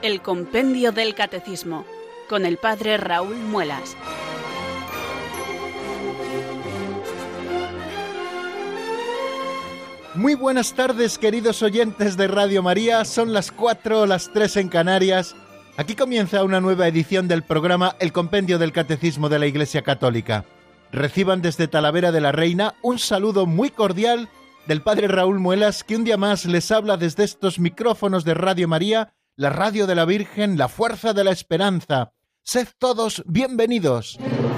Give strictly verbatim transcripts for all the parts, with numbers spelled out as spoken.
El Compendio del Catecismo, con el Padre Raúl Muelas. Muy buenas tardes, queridos oyentes de Radio María. Son las cuatro, las tres en Canarias. Aquí comienza una nueva edición del programa El Compendio del Catecismo de la Iglesia Católica. Reciban desde Talavera de la Reina un saludo muy cordial del Padre Raúl Muelas, que un día más les habla desde estos micrófonos de Radio María, la radio de la Virgen, la fuerza de la esperanza. Sed todos bienvenidos.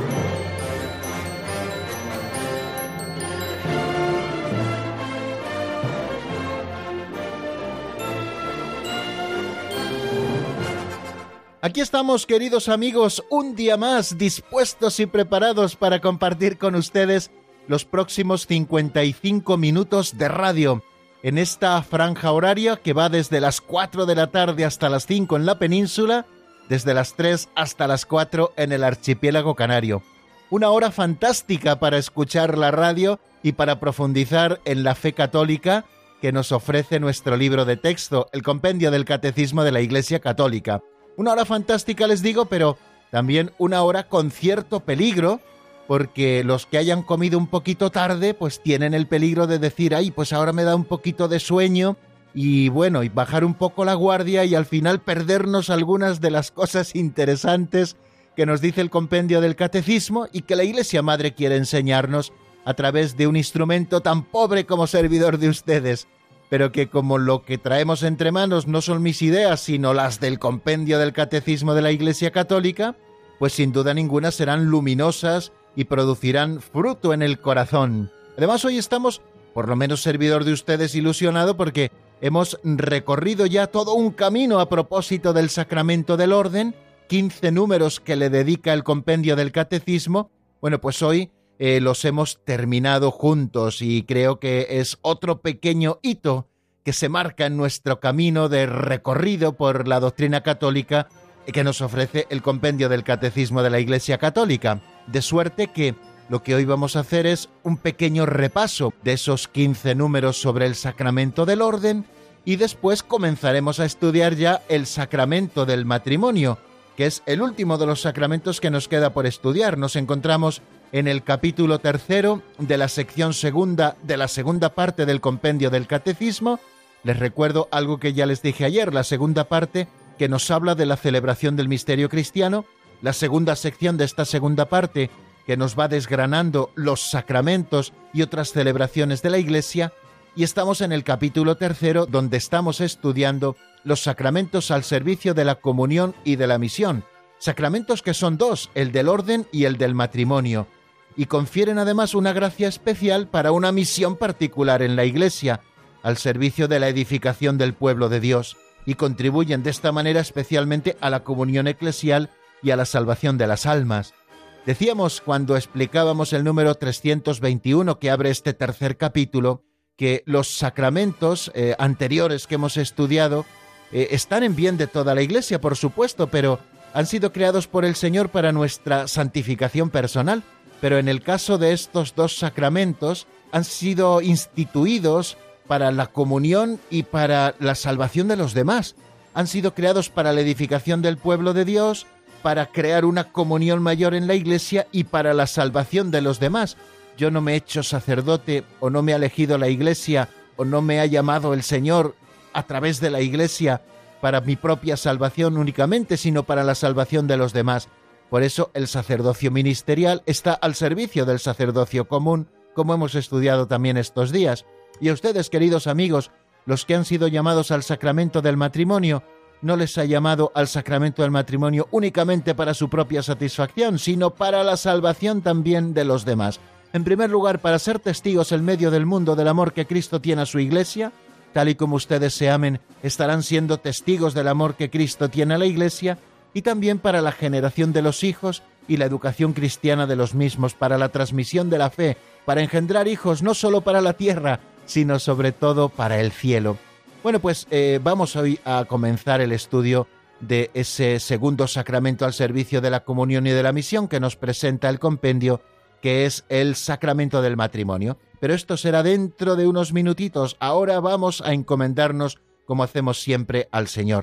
Aquí estamos, queridos amigos, un día más dispuestos y preparados para compartir con ustedes los próximos cincuenta y cinco minutos de radio en esta franja horaria que va desde las cuatro de la tarde hasta las cinco en la península, desde las tres hasta las cuatro en el archipiélago canario. Una hora fantástica para escuchar la radio y para profundizar en la fe católica que nos ofrece nuestro libro de texto, el Compendio del Catecismo de la Iglesia Católica. Una hora fantástica, les digo, pero también una hora con cierto peligro, porque los que hayan comido un poquito tarde, pues tienen el peligro de decir, ay, pues ahora me da un poquito de sueño, y bueno, y bajar un poco la guardia y al final perdernos algunas de las cosas interesantes que nos dice el Compendio del Catecismo y que la Iglesia Madre quiere enseñarnos a través de un instrumento tan pobre como servidor de ustedes, pero que como lo que traemos entre manos no son mis ideas, sino las del Compendio del Catecismo de la Iglesia Católica, pues sin duda ninguna serán luminosas y producirán fruto en el corazón. Además, hoy estamos, por lo menos servidor de ustedes, ilusionado porque hemos recorrido ya todo un camino a propósito del Sacramento del Orden, quince números que le dedica el Compendio del Catecismo. Bueno, pues hoy Eh, los hemos terminado juntos y creo que es otro pequeño hito que se marca en nuestro camino de recorrido por la doctrina católica que nos ofrece el Compendio del Catecismo de la Iglesia Católica. De suerte que lo que hoy vamos a hacer es un pequeño repaso de esos quince números sobre el Sacramento del Orden y después comenzaremos a estudiar ya el Sacramento del Matrimonio, que es el último de los sacramentos que nos queda por estudiar. Nos encontramos en el capítulo tercero de la sección segunda de la segunda parte del Compendio del Catecismo. Les recuerdo algo que ya les dije ayer, la segunda parte que nos habla de la celebración del misterio cristiano, la segunda sección de esta segunda parte que nos va desgranando los sacramentos y otras celebraciones de la Iglesia, y estamos en el capítulo tercero donde estamos estudiando los sacramentos al servicio de la comunión y de la misión, sacramentos que son dos, el del orden y el del matrimonio, y confieren además una gracia especial para una misión particular en la Iglesia, al servicio de la edificación del pueblo de Dios, y contribuyen de esta manera especialmente a la comunión eclesial y a la salvación de las almas. Decíamos cuando explicábamos el número trescientos veintiuno que abre este tercer capítulo, que los sacramentos eh, anteriores que hemos estudiado eh, están en bien de toda la Iglesia, por supuesto, pero han sido creados por el Señor para nuestra santificación personal. Pero en el caso de estos dos sacramentos han sido instituidos para la comunión y para la salvación de los demás. Han sido creados para la edificación del pueblo de Dios, para crear una comunión mayor en la Iglesia y para la salvación de los demás. Yo no me he hecho sacerdote o no me ha elegido la Iglesia o no me ha llamado el Señor a través de la Iglesia para mi propia salvación únicamente, sino para la salvación de los demás. Por eso el sacerdocio ministerial está al servicio del sacerdocio común, como hemos estudiado también estos días. Y a ustedes, queridos amigos, los que han sido llamados al sacramento del matrimonio, no les ha llamado al sacramento del matrimonio únicamente para su propia satisfacción, sino para la salvación también de los demás. En primer lugar, para ser testigos en medio del mundo del amor que Cristo tiene a su Iglesia, tal y como ustedes se amen, estarán siendo testigos del amor que Cristo tiene a la Iglesia, y también para la generación de los hijos y la educación cristiana de los mismos, para la transmisión de la fe, para engendrar hijos no solo para la tierra, sino sobre todo para el cielo. Bueno, pues eh, vamos hoy a comenzar el estudio de ese segundo sacramento al servicio de la comunión y de la misión que nos presenta el compendio, que es el sacramento del matrimonio. Pero esto será dentro de unos minutitos. Ahora vamos a encomendarnos, como hacemos siempre, al Señor.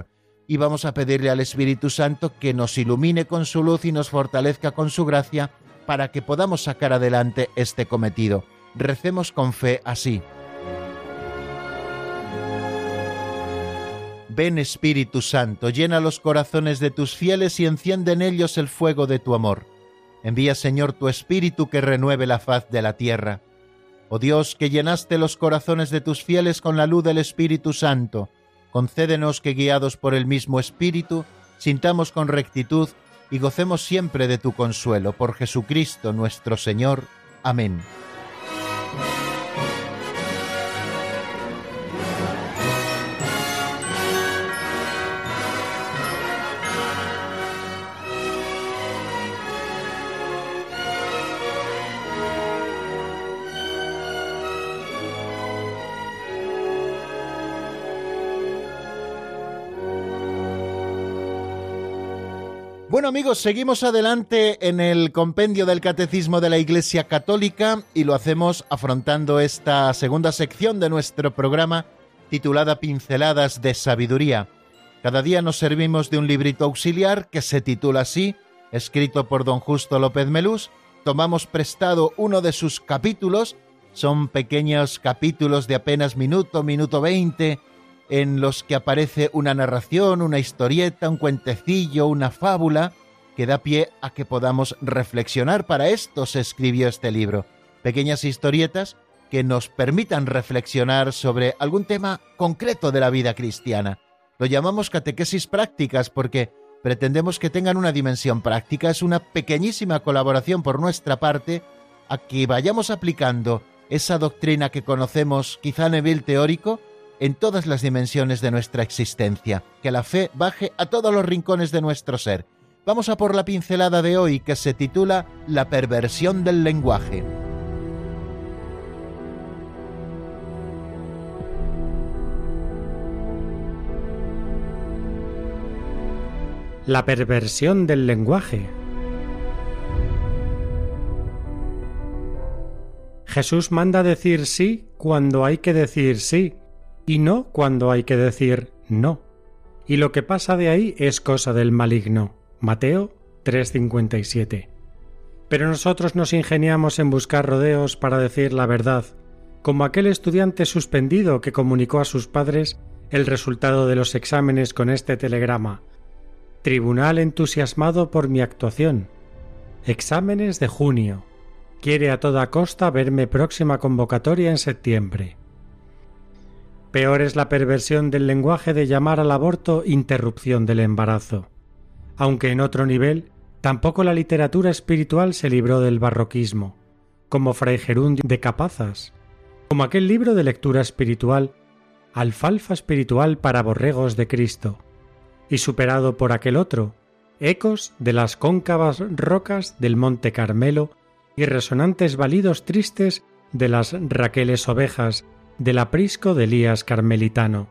y vamos a pedirle al Espíritu Santo que nos ilumine con su luz y nos fortalezca con su gracia para que podamos sacar adelante este cometido. Recemos con fe así. Ven, Espíritu Santo, llena los corazones de tus fieles y enciende en ellos el fuego de tu amor. Envía, Señor, tu Espíritu que renueve la faz de la tierra. Oh Dios, que llenaste los corazones de tus fieles con la luz del Espíritu Santo, concédenos que, guiados por el mismo Espíritu, sintamos con rectitud y gocemos siempre de tu consuelo. Por Jesucristo nuestro Señor. Amén. Bueno amigos, seguimos adelante en el compendio del Catecismo de la Iglesia Católica y lo hacemos afrontando esta segunda sección de nuestro programa titulada Pinceladas de Sabiduría. Cada día nos servimos de un librito auxiliar que se titula así, escrito por don Justo López Melús. Tomamos prestado uno de sus capítulos, son pequeños capítulos de apenas minuto, minuto veinte, en los que aparece una narración, una historieta, un cuentecillo, una fábula, que da pie a que podamos reflexionar. Para esto se escribió este libro. Pequeñas historietas que nos permitan reflexionar sobre algún tema concreto de la vida cristiana. Lo llamamos catequesis prácticas porque pretendemos que tengan una dimensión práctica. Es una pequeñísima colaboración por nuestra parte a que vayamos aplicando esa doctrina que conocemos quizá a nivel teórico en todas las dimensiones de nuestra existencia, que la fe baje a todos los rincones de nuestro ser. Vamos a por la pincelada de hoy, que se titula La perversión del lenguaje. La perversión del lenguaje. Jesús manda decir sí cuando hay que decir sí, y no cuando hay que decir no. Y lo que pasa de ahí es cosa del maligno. Mateo tres cincuenta y siete. Pero nosotros nos ingeniamos en buscar rodeos para decir la verdad, como aquel estudiante suspendido que comunicó a sus padres el resultado de los exámenes con este telegrama: Tribunal entusiasmado por mi actuación. Exámenes de junio. Quiere a toda costa verme próxima convocatoria en septiembre. Peor es la perversión del lenguaje de llamar al aborto interrupción del embarazo. Aunque en otro nivel, tampoco la literatura espiritual se libró del barroquismo, como Fray Gerundio de Capazas, como aquel libro de lectura espiritual, Alfalfa espiritual para borregos de Cristo, y superado por aquel otro, Ecos de las cóncavas rocas del Monte Carmelo y resonantes balidos tristes de las Raqueles ovejas del aprisco de Elías carmelitano.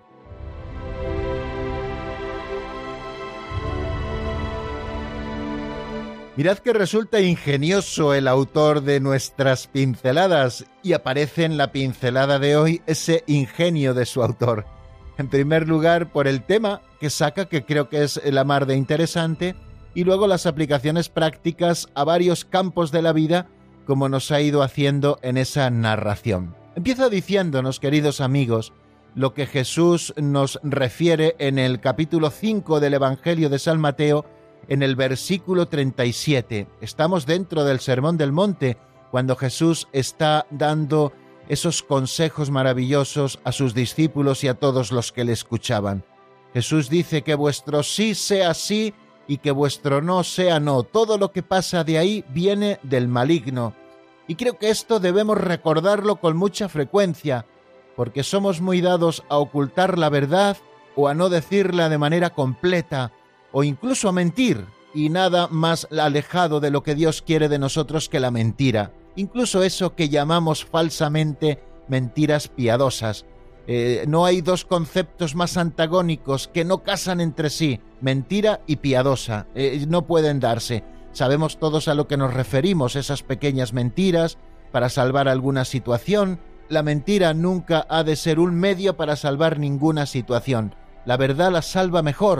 Mirad que resulta ingenioso el autor de nuestras pinceladas y aparece en la pincelada de hoy ese ingenio de su autor. En primer lugar, por el tema que saca, que creo que es la mar de interesante, y luego las aplicaciones prácticas a varios campos de la vida, como nos ha ido haciendo en esa narración. Empieza diciéndonos, queridos amigos, lo que Jesús nos refiere en el capítulo cinco del Evangelio de San Mateo, en el versículo treinta y siete. Estamos dentro del Sermón del Monte, cuando Jesús está dando esos consejos maravillosos a sus discípulos y a todos los que le escuchaban. Jesús dice que vuestro sí sea sí y que vuestro no sea no. Todo lo que pasa de ahí viene del maligno. Y creo que esto debemos recordarlo con mucha frecuencia, porque somos muy dados a ocultar la verdad o a no decirla de manera completa, o incluso a mentir, y nada más alejado de lo que Dios quiere de nosotros que la mentira. Incluso eso que llamamos falsamente mentiras piadosas. Eh, no hay dos conceptos más antagónicos que no casan entre sí, mentira y piadosa. Eh, no pueden darse. Sabemos todos a lo que nos referimos, esas pequeñas mentiras para salvar alguna situación. La mentira nunca ha de ser un medio para salvar ninguna situación. La verdad la salva mejor,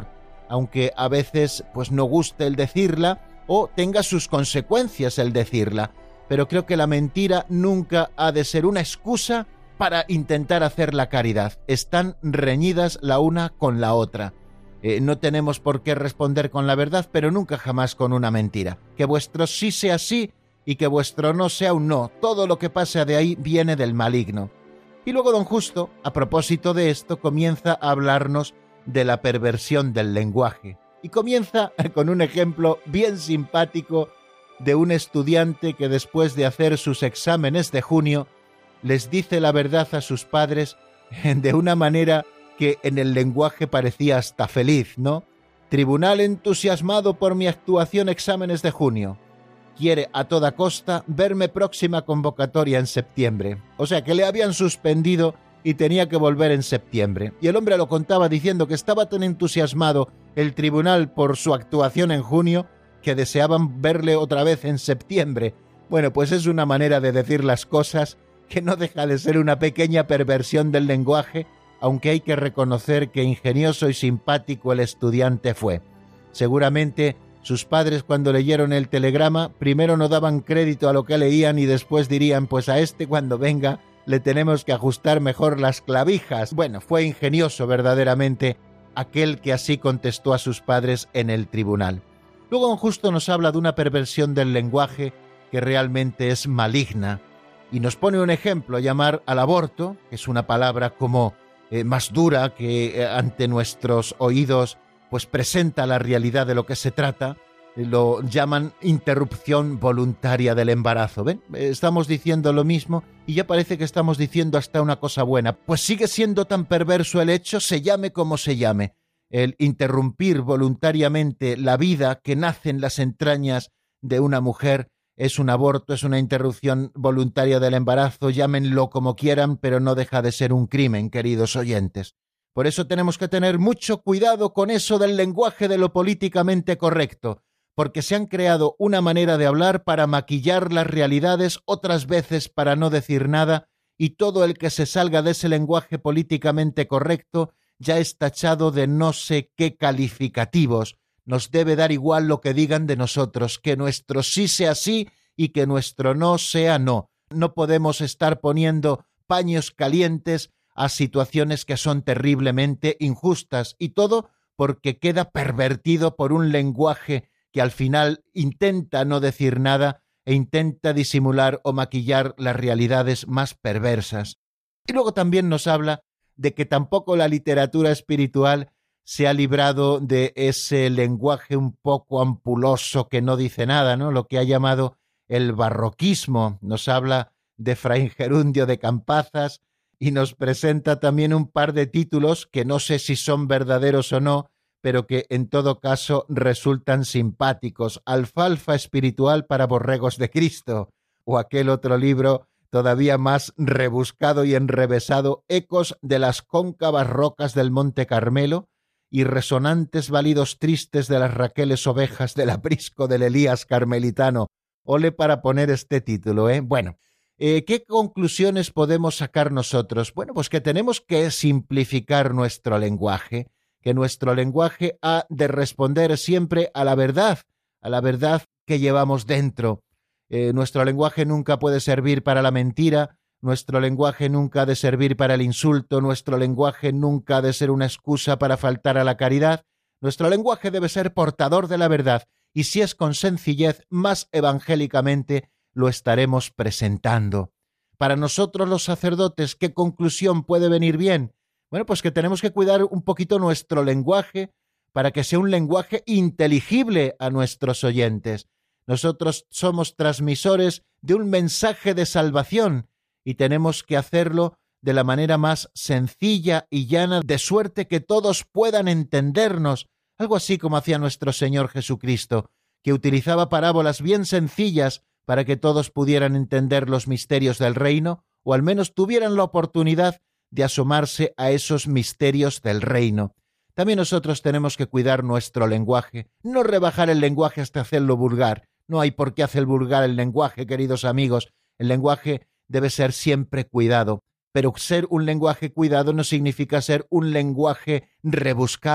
aunque a veces pues no guste el decirla o tenga sus consecuencias el decirla. Pero creo que la mentira nunca ha de ser una excusa para intentar hacer la caridad. Están reñidas la una con la otra. Eh, no tenemos por qué responder con la verdad, pero nunca jamás con una mentira. Que vuestro sí sea sí y que vuestro no sea un no. Todo lo que pasa de ahí viene del maligno. Y luego don Justo, a propósito de esto, comienza a hablarnos de la perversión del lenguaje. Y comienza con un ejemplo bien simpático de un estudiante que después de hacer sus exámenes de junio les dice la verdad a sus padres de una manera que en el lenguaje parecía hasta feliz, ¿no? Tribunal entusiasmado por mi actuación exámenes de junio. Quiere a toda costa verme próxima convocatoria en septiembre. O sea, que le habían suspendido y tenía que volver en septiembre. Y el hombre lo contaba diciendo que estaba tan entusiasmado el tribunal por su actuación en junio que deseaban verle otra vez en septiembre. Bueno, pues es una manera de decir las cosas que no deja de ser una pequeña perversión del lenguaje, aunque hay que reconocer que ingenioso y simpático el estudiante fue. Seguramente sus padres, cuando leyeron el telegrama, primero no daban crédito a lo que leían y después dirían, pues a este cuando venga le tenemos que ajustar mejor las clavijas. Bueno, fue ingenioso verdaderamente aquel que así contestó a sus padres en el tribunal. Luego don Justo nos habla de una perversión del lenguaje que realmente es maligna y nos pone un ejemplo, llamar al aborto, que es una palabra como eh, más dura que eh, ante nuestros oídos pues presenta la realidad de lo que se trata, lo llaman interrupción voluntaria del embarazo. ¿Ven? Estamos diciendo lo mismo y ya parece que estamos diciendo hasta una cosa buena. Pues sigue siendo tan perverso el hecho, se llame como se llame. El interrumpir voluntariamente la vida que nace en las entrañas de una mujer es un aborto, es una interrupción voluntaria del embarazo, llámenlo como quieran, pero no deja de ser un crimen, queridos oyentes. Por eso tenemos que tener mucho cuidado con eso del lenguaje de lo políticamente correcto, porque se han creado una manera de hablar para maquillar las realidades, otras veces para no decir nada, y todo el que se salga de ese lenguaje políticamente correcto ya es tachado de no sé qué calificativos. Nos debe dar igual lo que digan de nosotros, que nuestro sí sea sí y que nuestro no sea no. No podemos estar poniendo paños calientes a situaciones que son terriblemente injustas, y todo porque queda pervertido por un lenguaje que al final intenta no decir nada e intenta disimular o maquillar las realidades más perversas. Y luego también nos habla de que tampoco la literatura espiritual se ha librado de ese lenguaje un poco ampuloso que no dice nada, ¿no? Lo que ha llamado el barroquismo. Nos habla de Fray Gerundio de Campazas y nos presenta también un par de títulos que no sé si son verdaderos o no, pero que en todo caso resultan simpáticos. Alfalfa espiritual para borregos de Cristo, o aquel otro libro todavía más rebuscado y enrevesado, Ecos de las cóncavas rocas del Monte Carmelo y resonantes balidos tristes de las Raqueles ovejas del aprisco del Elías carmelitano. Ole para poner este título, ¿eh? Bueno, eh, ¿qué conclusiones podemos sacar nosotros? Bueno, pues que tenemos que simplificar nuestro lenguaje, que nuestro lenguaje ha de responder siempre a la verdad, a la verdad que llevamos dentro. Eh, nuestro lenguaje nunca puede servir para la mentira, nuestro lenguaje nunca ha de servir para el insulto, nuestro lenguaje nunca ha de ser una excusa para faltar a la caridad. Nuestro lenguaje debe ser portador de la verdad, y si es con sencillez, más evangélicamente lo estaremos presentando. Para nosotros los sacerdotes, ¿qué conclusión puede venir bien? Bueno, pues que tenemos que cuidar un poquito nuestro lenguaje para que sea un lenguaje inteligible a nuestros oyentes. Nosotros somos transmisores de un mensaje de salvación y tenemos que hacerlo de la manera más sencilla y llana, de suerte que todos puedan entendernos, algo así como hacía nuestro Señor Jesucristo, que utilizaba parábolas bien sencillas para que todos pudieran entender los misterios del reino, o al menos tuvieran la oportunidad de asomarse a esos misterios del reino. También nosotros tenemos que cuidar nuestro lenguaje, no rebajar el lenguaje hasta hacerlo vulgar. No hay por qué hacer vulgar el lenguaje, queridos amigos. El lenguaje debe ser siempre cuidado, pero ser un lenguaje cuidado no significa ser un lenguaje rebuscado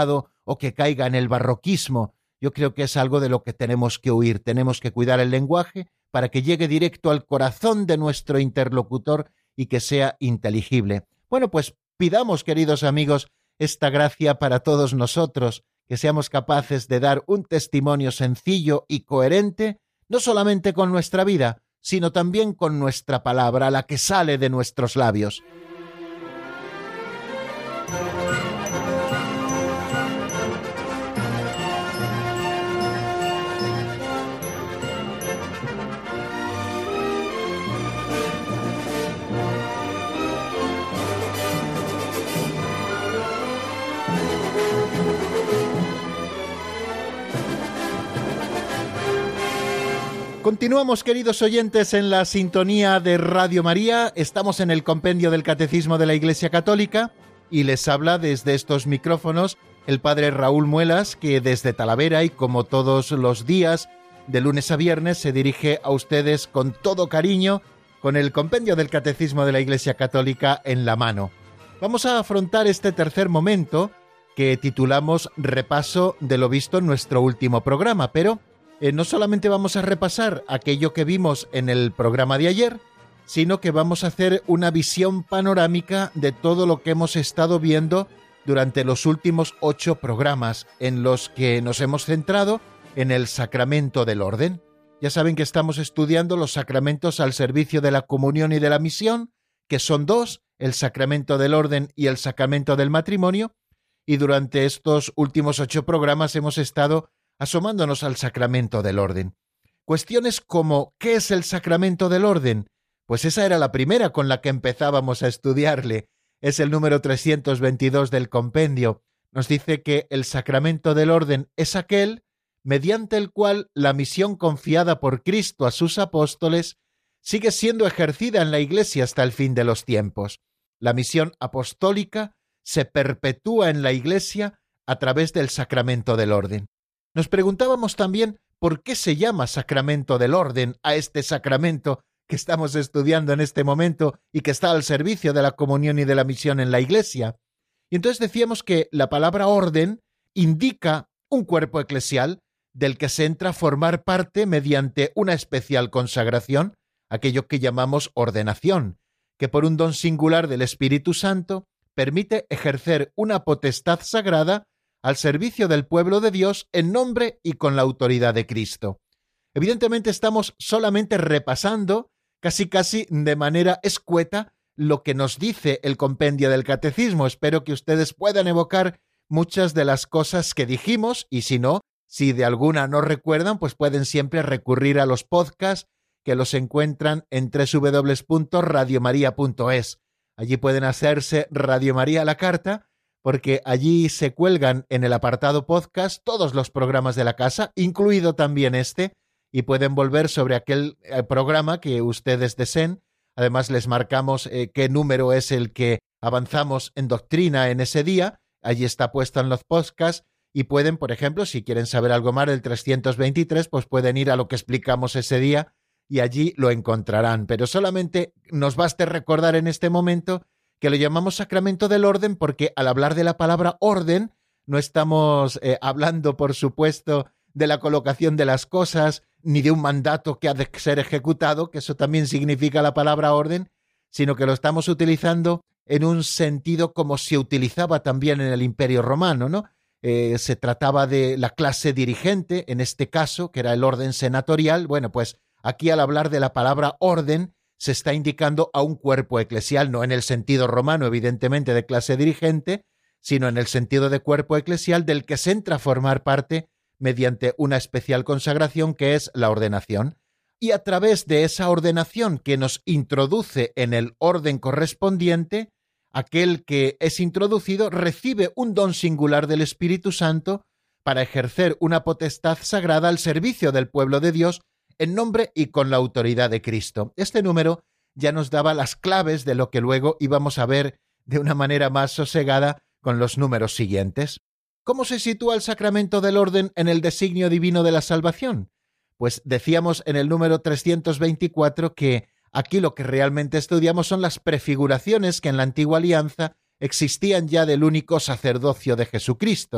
o que caiga en el barroquismo. Yo creo que es algo de lo que tenemos que huir. Tenemos que cuidar el lenguaje para que llegue directo al corazón de nuestro interlocutor y que sea inteligible. Bueno, pues pidamos, queridos amigos, esta gracia para todos nosotros, que seamos capaces de dar un testimonio sencillo y coherente, no solamente con nuestra vida, sino también con nuestra palabra, la que sale de nuestros labios. Continuamos, queridos oyentes, en la sintonía de Radio María. Estamos en el Compendio del Catecismo de la Iglesia Católica y les habla desde estos micrófonos el padre Raúl Muelas, que desde Talavera y como todos los días, de lunes a viernes, se dirige a ustedes con todo cariño, con el Compendio del Catecismo de la Iglesia Católica en la mano. Vamos a afrontar este tercer momento que titulamos Repaso de lo visto en nuestro último programa, pero Eh, no solamente vamos a repasar aquello que vimos en el programa de ayer, sino que vamos a hacer una visión panorámica de todo lo que hemos estado viendo durante los últimos ocho programas, en los que nos hemos centrado en el sacramento del orden. Ya saben que estamos estudiando los sacramentos al servicio de la comunión y de la misión, que son dos, el sacramento del orden y el sacramento del matrimonio, y durante estos últimos ocho programas hemos estado asomándonos al sacramento del orden. Cuestiones como ¿qué es el sacramento del orden? Pues esa era la primera con la que empezábamos a estudiarle. Es el número trescientos veintidós del compendio. Nos dice que el sacramento del orden es aquel mediante el cual la misión confiada por Cristo a sus apóstoles sigue siendo ejercida en la Iglesia hasta el fin de los tiempos. La misión apostólica se perpetúa en la Iglesia a través del sacramento del orden. Nos preguntábamos también por qué se llama sacramento del orden a este sacramento que estamos estudiando en este momento y que está al servicio de la comunión y de la misión en la Iglesia. Y entonces decíamos que la palabra orden indica un cuerpo eclesial del que se entra a formar parte mediante una especial consagración, aquello que llamamos ordenación, que por un don singular del Espíritu Santo permite ejercer una potestad sagrada al servicio del pueblo de Dios en nombre y con la autoridad de Cristo. Evidentemente estamos solamente repasando, casi casi de manera escueta, lo que nos dice el compendio del Catecismo. Espero que ustedes puedan evocar muchas de las cosas que dijimos, y si no, si de alguna no recuerdan, pues pueden siempre recurrir a los podcasts que los encuentran en doble u doble u doble u punto radio maría punto es. Allí pueden hacerse Radio María a la carta, porque allí se cuelgan en el apartado podcast todos los programas de la casa, incluido también este, y pueden volver sobre aquel eh, programa que ustedes deseen. Además, les marcamos eh, qué número es el que avanzamos en doctrina en ese día. Allí está puesto en los podcasts y pueden, por ejemplo, si quieren saber algo más del trescientos veintitrés, pues pueden ir a lo que explicamos ese día y allí lo encontrarán. Pero solamente nos baste recordar en este momento que lo llamamos sacramento del orden porque al hablar de la palabra orden no estamos eh, hablando, por supuesto, de la colocación de las cosas ni de un mandato que ha de ser ejecutado, que eso también significa la palabra orden, sino que lo estamos utilizando en un sentido como se utilizaba también en el Imperio Romano, ¿no? Eh, se trataba de la clase dirigente, en este caso, que era el orden senatorial. Bueno, pues aquí al hablar de la palabra orden se está indicando a un cuerpo eclesial, no en el sentido romano, evidentemente, de clase dirigente, sino en el sentido de cuerpo eclesial del que se entra a formar parte mediante una especial consagración que es la ordenación. Y a través de esa ordenación que nos introduce en el orden correspondiente, aquel que es introducido recibe un don singular del Espíritu Santo para ejercer una potestad sagrada al servicio del pueblo de Dios en nombre y con la autoridad de Cristo. Este número ya nos daba las claves de lo que luego íbamos a ver de una manera más sosegada con los números siguientes. ¿Cómo se sitúa el sacramento del orden en el designio divino de la salvación? Pues decíamos en el número trescientos veinticuatro que aquí lo que realmente estudiamos son las prefiguraciones que en la antigua alianza existían ya del único sacerdocio de Jesucristo.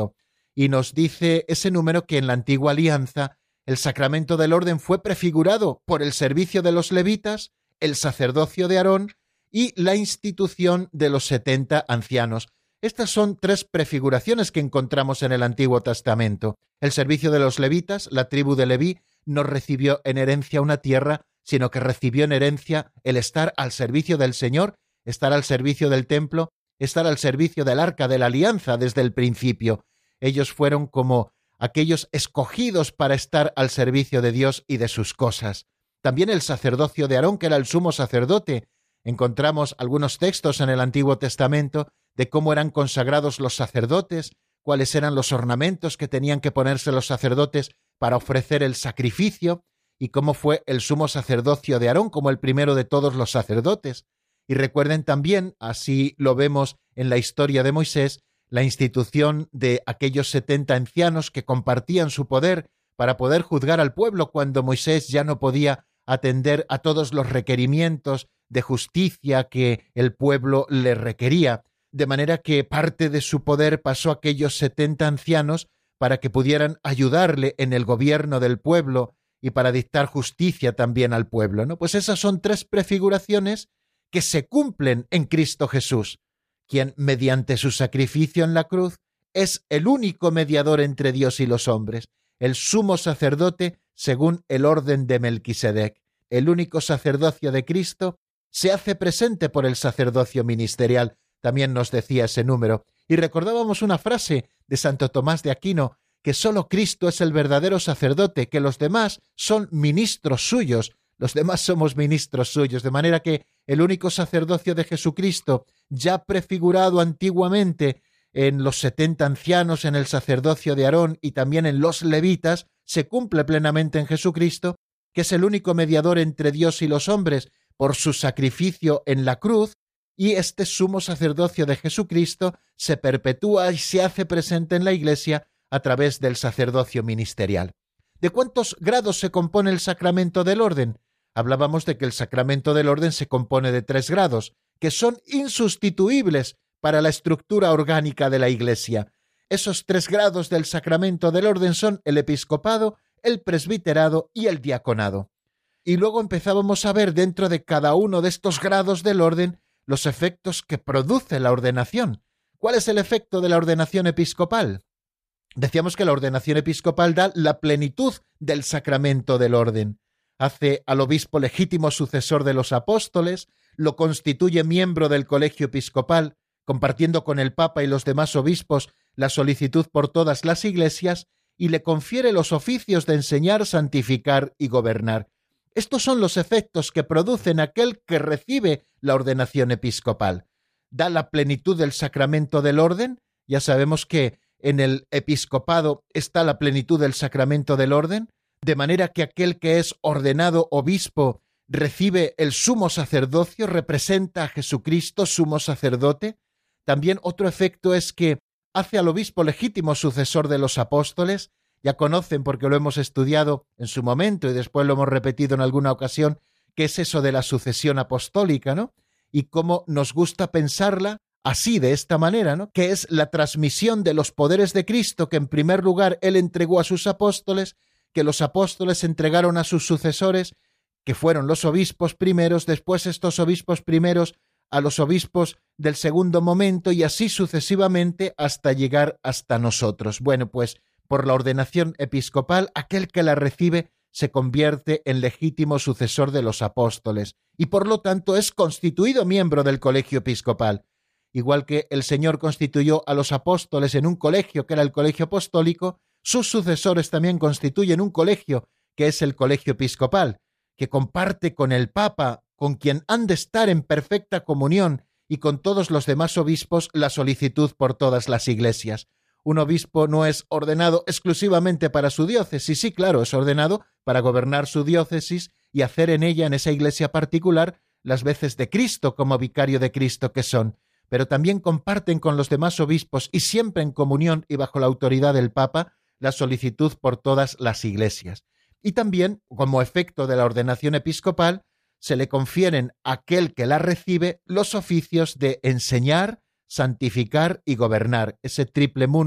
y nos dice ese número que en la antigua alianza el sacramento del orden fue prefigurado por el servicio de los levitas, el sacerdocio de Aarón y la institución de los setenta ancianos. Estas son tres prefiguraciones que encontramos en el Antiguo Testamento. El servicio de los levitas, la tribu de Leví, no recibió en herencia una tierra, sino que recibió en herencia el estar al servicio del Señor, estar al servicio del templo, estar al servicio del arca de la alianza desde el principio. Ellos fueron como aquellos escogidos para estar al servicio de Dios y de sus cosas. También el sacerdocio de Aarón, que era el sumo sacerdote. Encontramos algunos textos en el Antiguo Testamento de cómo eran consagrados los sacerdotes, cuáles eran los ornamentos que tenían que ponerse los sacerdotes para ofrecer el sacrificio, y cómo fue el sumo sacerdocio de Aarón como el primero de todos los sacerdotes. Y recuerden también, así lo vemos en la historia de Moisés, la institución de aquellos setenta ancianos que compartían su poder para poder juzgar al pueblo cuando Moisés ya no podía atender a todos los requerimientos de justicia que el pueblo le requería, de manera que parte de su poder pasó a aquellos setenta ancianos para que pudieran ayudarle en el gobierno del pueblo y para dictar justicia también al pueblo, ¿no? Pues esas son tres prefiguraciones que se cumplen en Cristo Jesús, quien mediante su sacrificio en la cruz es el único mediador entre Dios y los hombres, el sumo sacerdote según el orden de Melquisedec. El único sacerdocio de Cristo se hace presente por el sacerdocio ministerial, también nos decía ese número. Y recordábamos una frase de Santo Tomás de Aquino, que solo Cristo es el verdadero sacerdote, que los demás son ministros suyos, los demás somos ministros suyos, de manera que el único sacerdocio de Jesucristo, ya prefigurado antiguamente en los setenta ancianos, en el sacerdocio de Aarón y también en los levitas, se cumple plenamente en Jesucristo, que es el único mediador entre Dios y los hombres por su sacrificio en la cruz, y este sumo sacerdocio de Jesucristo se perpetúa y se hace presente en la Iglesia a través del sacerdocio ministerial. ¿De cuántos grados se compone el sacramento del orden? Hablábamos de que el sacramento del orden se compone de tres grados, que son insustituibles para la estructura orgánica de la Iglesia. Esos tres grados del sacramento del orden son el episcopado, el presbiterado y el diaconado. Y luego empezábamos a ver dentro de cada uno de estos grados del orden los efectos que produce la ordenación. ¿Cuál es el efecto de la ordenación episcopal? Decíamos que la ordenación episcopal da la plenitud del sacramento del orden. Hace al obispo legítimo sucesor de los apóstoles, lo constituye miembro del colegio episcopal, compartiendo con el Papa y los demás obispos la solicitud por todas las iglesias, y le confiere los oficios de enseñar, santificar y gobernar. Estos son los efectos que producen aquel que recibe la ordenación episcopal. Da la plenitud del sacramento del orden. Ya sabemos que en el episcopado está la plenitud del sacramento del orden, de manera que aquel que es ordenado obispo recibe el sumo sacerdocio, representa a Jesucristo, sumo sacerdote. También otro efecto es que hace al obispo legítimo sucesor de los apóstoles. Ya conocen, porque lo hemos estudiado en su momento y después lo hemos repetido en alguna ocasión, qué es eso de la sucesión apostólica, ¿no? Y cómo nos gusta pensarla así, de esta manera, ¿no? Que es la transmisión de los poderes de Cristo que en primer lugar Él entregó a sus apóstoles, que los apóstoles entregaron a sus sucesores, que fueron los obispos primeros, después estos obispos primeros a los obispos del segundo momento y así sucesivamente hasta llegar hasta nosotros. Bueno, pues por la ordenación episcopal, aquel que la recibe se convierte en legítimo sucesor de los apóstoles y por lo tanto es constituido miembro del colegio episcopal. Igual que el Señor constituyó a los apóstoles en un colegio que era el colegio apostólico, sus sucesores también constituyen un colegio que es el colegio episcopal, que comparte con el Papa, con quien han de estar en perfecta comunión, y con todos los demás obispos la solicitud por todas las iglesias. Un obispo no es ordenado exclusivamente para su diócesis, sí, claro, es ordenado para gobernar su diócesis y hacer en ella, en esa iglesia particular, las veces de Cristo como vicario de Cristo que son, pero también comparten con los demás obispos y siempre en comunión y bajo la autoridad del Papa la solicitud por todas las iglesias. Y también, como efecto de la ordenación episcopal, se le confieren a aquel que la recibe los oficios de enseñar, santificar y gobernar, ese triple munus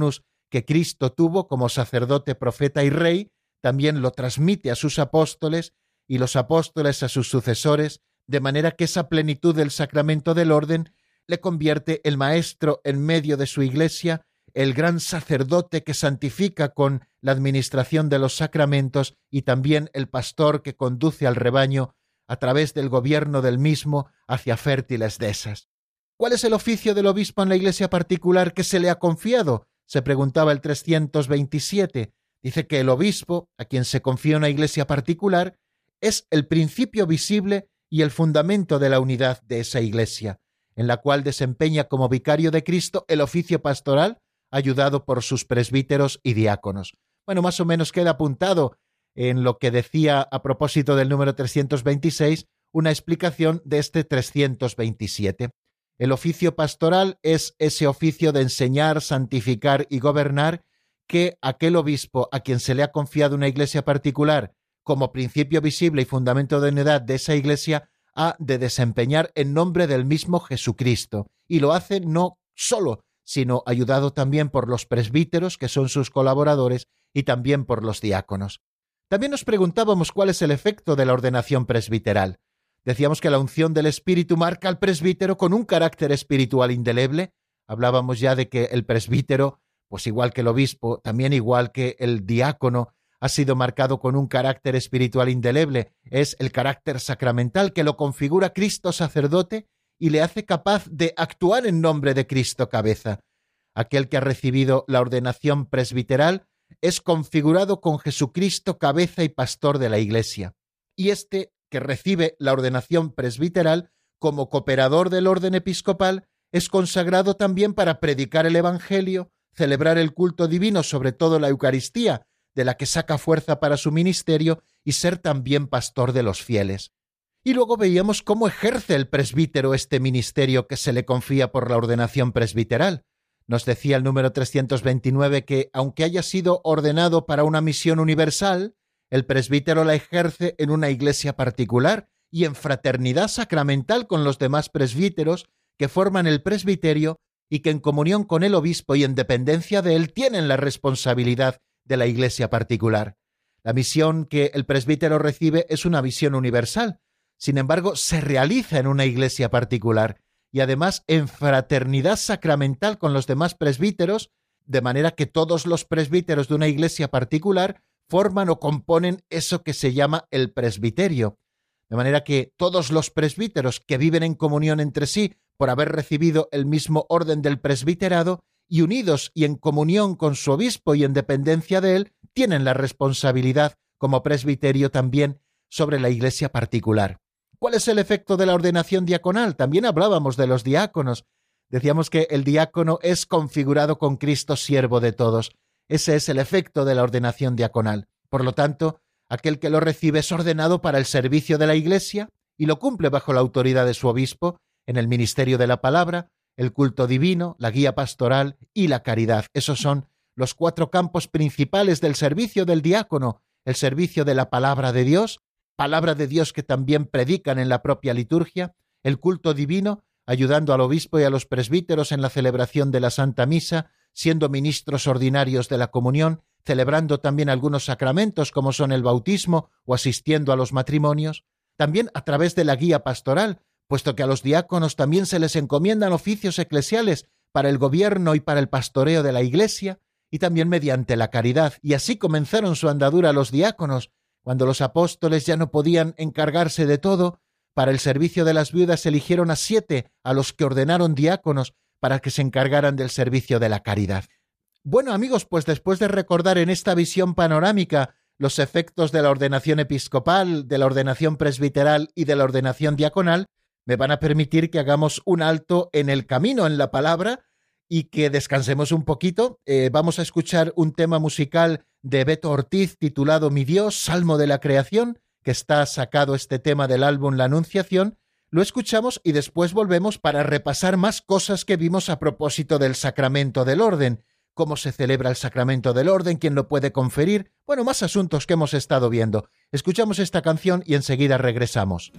que Cristo tuvo como sacerdote, profeta y rey, también lo transmite a sus apóstoles y los apóstoles a sus sucesores, de manera que esa plenitud del sacramento del orden le convierte el maestro en medio de su iglesia, el gran sacerdote que santifica con la administración de los sacramentos y también el pastor que conduce al rebaño a través del gobierno del mismo hacia fértiles dehesas. ¿Cuál es el oficio del obispo en la iglesia particular que se le ha confiado?, se preguntaba el trescientos veintisiete. Dice que el obispo, a quien se confía una iglesia particular, es el principio visible y el fundamento de la unidad de esa iglesia, en la cual desempeña como vicario de Cristo el oficio pastoral, ayudado por sus presbíteros y diáconos. Bueno, más o menos queda apuntado en lo que decía a propósito del número trescientos veintiséis, una explicación de este trescientos veintisiete. El oficio pastoral es ese oficio de enseñar, santificar y gobernar que aquel obispo a quien se le ha confiado una iglesia particular como principio visible y fundamento de unidad de esa iglesia ha de desempeñar en nombre del mismo Jesucristo. Y lo hace no solo, sino ayudado también por los presbíteros, que son sus colaboradores, y también por los diáconos. También nos preguntábamos cuál es el efecto de la ordenación presbiteral. Decíamos que la unción del Espíritu marca al presbítero con un carácter espiritual indeleble. Hablábamos ya de que el presbítero, pues igual que el obispo, también igual que el diácono, ha sido marcado con un carácter espiritual indeleble. Es el carácter sacramental que lo configura Cristo sacerdote y le hace capaz de actuar en nombre de Cristo cabeza. Aquel que ha recibido la ordenación presbiteral es configurado con Jesucristo cabeza y pastor de la Iglesia. Y este que recibe la ordenación presbiteral como cooperador del orden episcopal es consagrado también para predicar el Evangelio, celebrar el culto divino, sobre todo la Eucaristía, de la que saca fuerza para su ministerio, y ser también pastor de los fieles. Y luego veíamos cómo ejerce el presbítero este ministerio que se le confía por la ordenación presbiteral. Nos decía el número trescientos veintinueve que, aunque haya sido ordenado para una misión universal, el presbítero la ejerce en una iglesia particular y en fraternidad sacramental con los demás presbíteros que forman el presbiterio y que en comunión con el obispo y en dependencia de él tienen la responsabilidad de la iglesia particular. La misión que el presbítero recibe es una misión universal, sin embargo, se realiza en una iglesia particular y además en fraternidad sacramental con los demás presbíteros, de manera que todos los presbíteros de una iglesia particular forman o componen eso que se llama el presbiterio. De manera que todos los presbíteros que viven en comunión entre sí por haber recibido el mismo orden del presbiterado y unidos y en comunión con su obispo y en dependencia de él, tienen la responsabilidad como presbiterio también sobre la iglesia particular. ¿Cuál es el efecto de la ordenación diaconal? También hablábamos de los diáconos. Decíamos que el diácono es configurado con Cristo siervo de todos. Ese es el efecto de la ordenación diaconal. Por lo tanto, aquel que lo recibe es ordenado para el servicio de la Iglesia y lo cumple bajo la autoridad de su obispo en el ministerio de la palabra, el culto divino, la guía pastoral y la caridad. Esos son los cuatro campos principales del servicio del diácono: el servicio de la palabra de Dios, palabra de Dios que también predican en la propia liturgia, el culto divino, ayudando al obispo y a los presbíteros en la celebración de la Santa Misa, siendo ministros ordinarios de la comunión, celebrando también algunos sacramentos como son el bautismo o asistiendo a los matrimonios, también a través de la guía pastoral, puesto que a los diáconos también se les encomiendan oficios eclesiales para el gobierno y para el pastoreo de la Iglesia, y también mediante la caridad. Y así comenzaron su andadura los diáconos. Cuando los apóstoles ya no podían encargarse de todo, para el servicio de las viudas eligieron a siete a los que ordenaron diáconos para que se encargaran del servicio de la caridad. Bueno, amigos, pues después de recordar en esta visión panorámica los efectos de la ordenación episcopal, de la ordenación presbiteral y de la ordenación diaconal, me van a permitir que hagamos un alto en el camino, en la palabra, y que descansemos un poquito. Eh, vamos a escuchar un tema musical de Beto Ortiz titulado Mi Dios, Salmo de la Creación, que está sacado este tema del álbum La Anunciación. Lo escuchamos y después volvemos para repasar más cosas que vimos a propósito del sacramento del orden, cómo se celebra el sacramento del orden, quién lo puede conferir, bueno, más asuntos que hemos estado viendo. Escuchamos esta canción y enseguida regresamos.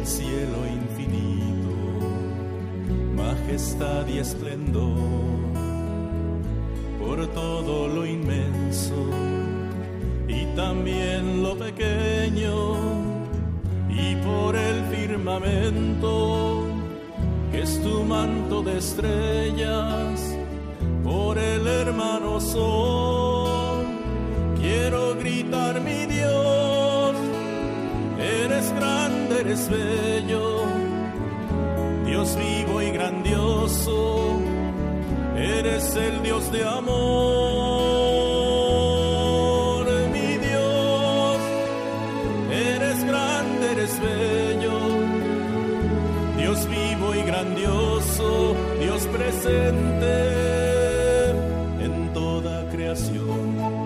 el cielo infinito, majestad y esplendor, por todo lo inmenso y también lo pequeño, y por el firmamento que es tu manto de estrellas, por el hermano sol, quiero gritar mi Dios, eres grande, eres bello, Dios vivo y grandioso, eres el Dios de amor, mi Dios, eres grande, eres bello, Dios vivo y grandioso, Dios presente en toda creación.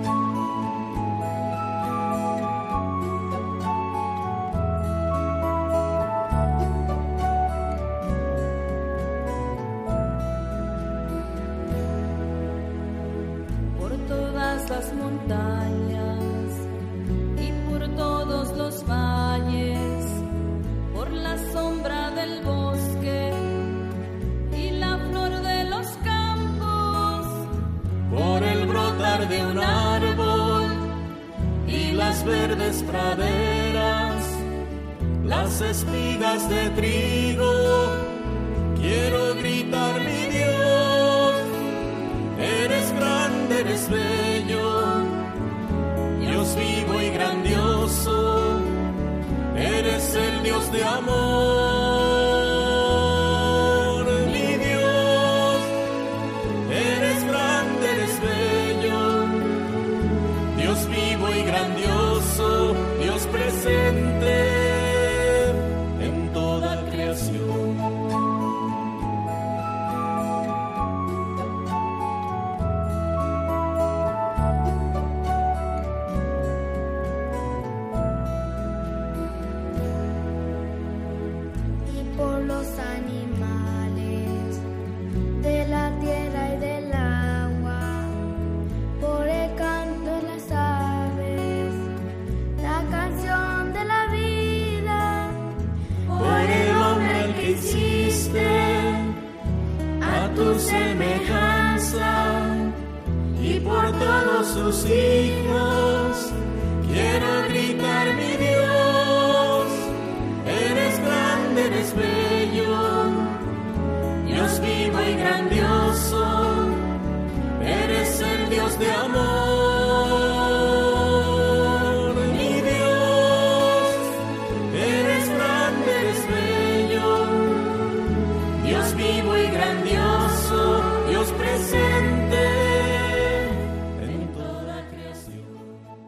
Las montañas y por todos los valles, por la sombra del bosque y la flor de los campos, por el brotar de un árbol y las verdes praderas, las espigas de trigo, quiero gritar mi Dios, eres grande, eres bello, Dios vivo y grandioso, eres el Dios de amor, mi Dios, eres grande, eres bello, Dios vivo y grandioso, Dios presente en toda creación. Semejanza y por todos sus hijos quiero gritar mi Dios, eres grande, eres bello, Dios vivo y grandioso, eres el Dios de amor, mi Dios, eres grande, eres bello, Dios vivo y grandioso, Dios presente en toda creación.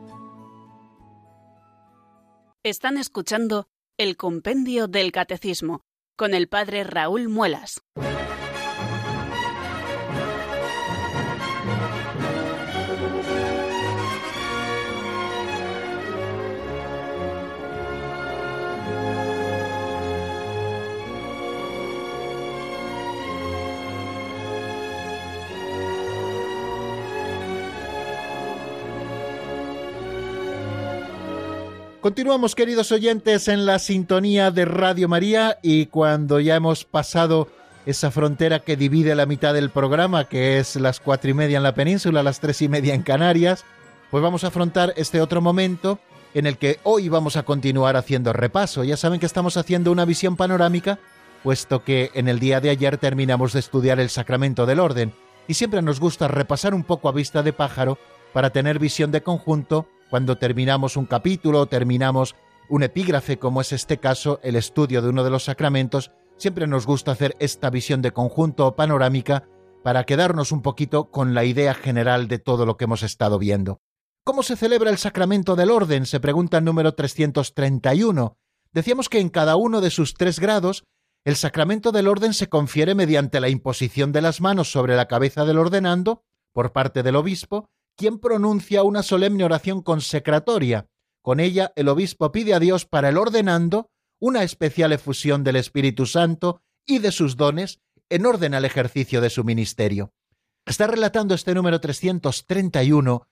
Están escuchando el Compendio del Catecismo con el Padre Raúl Muelas. Continuamos, queridos oyentes, en la sintonía de Radio María, y cuando ya hemos pasado esa frontera que divide la mitad del programa, que es las cuatro y media en la península, las tres y media en Canarias, pues vamos a afrontar este otro momento en el que hoy vamos a continuar haciendo repaso. Ya saben que estamos haciendo una visión panorámica, puesto que en el día de ayer terminamos de estudiar el Sacramento del Orden, y siempre nos gusta repasar un poco a vista de pájaro para tener visión de conjunto cuando terminamos un capítulo o terminamos un epígrafe, como es este caso, el estudio de uno de los sacramentos. Siempre nos gusta hacer esta visión de conjunto o panorámica para quedarnos un poquito con la idea general de todo lo que hemos estado viendo. ¿Cómo se celebra el Sacramento del Orden?, se pregunta el número trescientos treinta y uno. Decíamos que en cada uno de sus tres grados, el Sacramento del Orden se confiere mediante la imposición de las manos sobre la cabeza del ordenando, por parte del obispo, quien pronuncia una solemne oración consecratoria. Con ella, el obispo pide a Dios para el ordenando una especial efusión del Espíritu Santo y de sus dones en orden al ejercicio de su ministerio. Está relatando este número trescientos treinta y uno